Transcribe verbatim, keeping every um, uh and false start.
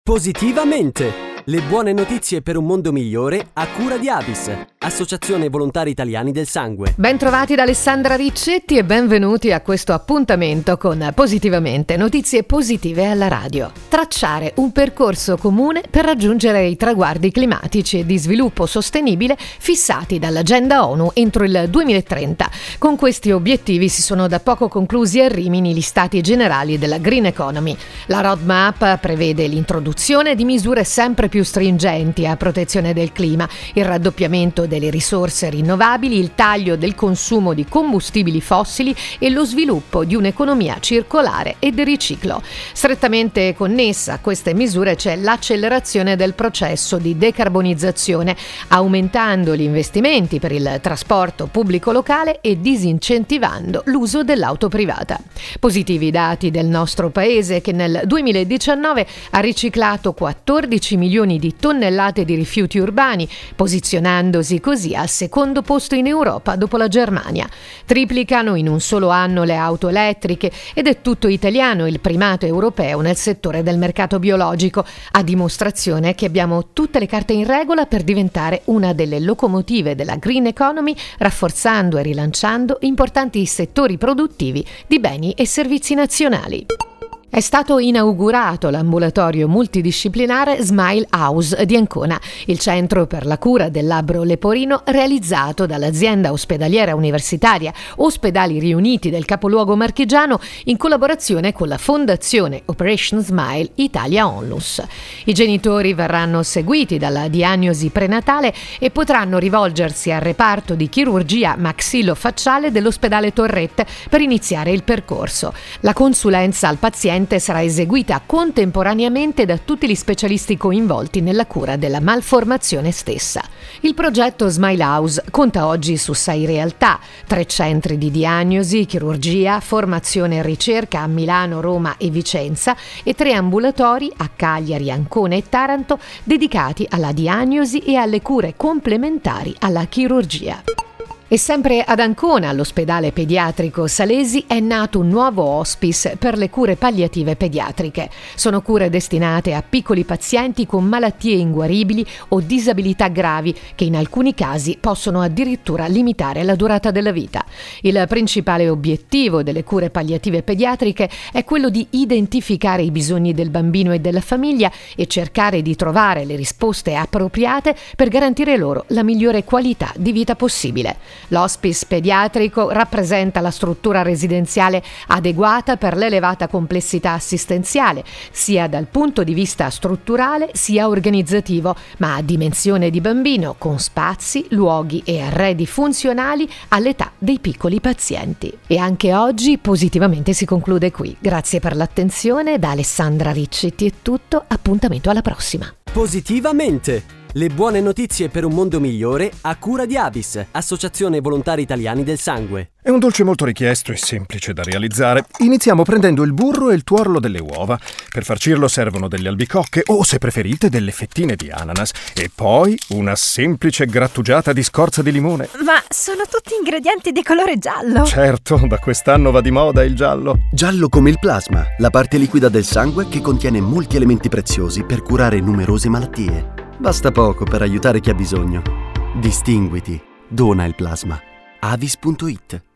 Positivamente! Le buone notizie per un mondo migliore a cura di Avis, Associazione Volontari Italiani del Sangue. Ben trovati da Alessandra Riccetti e benvenuti a questo appuntamento con Positivamente, notizie positive alla radio. Tracciare un percorso comune per raggiungere i traguardi climatici e di sviluppo sostenibile fissati dall'agenda ONU entro il duemilatrenta. Con questi obiettivi si sono da poco conclusi a Rimini gli stati generali della Green Economy. La roadmap prevede l'introduzione di misure sempre più stringenti a protezione del clima, il raddoppiamento delle risorse rinnovabili, il taglio del consumo di combustibili fossili e lo sviluppo di un'economia circolare e del riciclo. Strettamente connessa a queste misure c'è l'accelerazione del processo di decarbonizzazione, aumentando gli investimenti per il trasporto pubblico locale e disincentivando l'uso dell'auto privata. Positivi i dati del nostro paese che nel duemiladiciannove ha riciclato quattordici milioni di tonnellate di rifiuti urbani, posizionandosi così al secondo posto in Europa dopo la Germania. Triplicano in un solo anno le auto elettriche ed è tutto italiano il primato europeo nel settore del mercato biologico, a dimostrazione che abbiamo tutte le carte in regola per diventare una delle locomotive della Green Economy, rafforzando e rilanciando importanti settori produttivi di beni e servizi nazionali. È stato inaugurato l'ambulatorio multidisciplinare Smile House di Ancona, il centro per la cura del labbro leporino realizzato dall'azienda ospedaliera universitaria Ospedali Riuniti del capoluogo marchigiano in collaborazione con la Fondazione Operation Smile Italia Onlus. I genitori verranno seguiti dalla diagnosi prenatale e potranno rivolgersi al reparto di chirurgia maxillofacciale dell'ospedale Torrette per iniziare il percorso. La consulenza al paziente sarà eseguita contemporaneamente da tutti gli specialisti coinvolti nella cura della malformazione stessa. Il progetto Smile House conta oggi su sei realtà, tre centri di diagnosi, chirurgia, formazione e ricerca a Milano, Roma e Vicenza e tre ambulatori a Cagliari, Ancona e Taranto dedicati alla diagnosi e alle cure complementari alla chirurgia. E sempre ad Ancona, all'ospedale pediatrico Salesi, è nato un nuovo hospice per le cure palliative pediatriche. Sono cure destinate a piccoli pazienti con malattie inguaribili o disabilità gravi che in alcuni casi possono addirittura limitare la durata della vita. Il principale obiettivo delle cure palliative pediatriche è quello di identificare i bisogni del bambino e della famiglia e cercare di trovare le risposte appropriate per garantire loro la migliore qualità di vita possibile. L'hospice pediatrico rappresenta la struttura residenziale adeguata per l'elevata complessità assistenziale, sia dal punto di vista strutturale sia organizzativo, ma a dimensione di bambino, con spazi, luoghi e arredi funzionali all'età dei piccoli pazienti. E anche oggi Positivamente si conclude qui. Grazie per l'attenzione, da Alessandra Riccetti è tutto, appuntamento alla prossima. Positivamente! Le buone notizie per un mondo migliore a cura di Avis, Associazione Volontari Italiani del Sangue. È un dolce molto richiesto e semplice da realizzare. Iniziamo prendendo il burro e il tuorlo delle uova. Per farcirlo servono delle albicocche o, se preferite, delle fettine di ananas. E poi una semplice grattugiata di scorza di limone. Ma sono tutti ingredienti di colore giallo. Certo, da quest'anno va di moda il giallo. Giallo come il plasma, la parte liquida del sangue che contiene molti elementi preziosi per curare numerose malattie. Basta poco per aiutare chi ha bisogno. Distinguiti. Dona il plasma. Avis punto it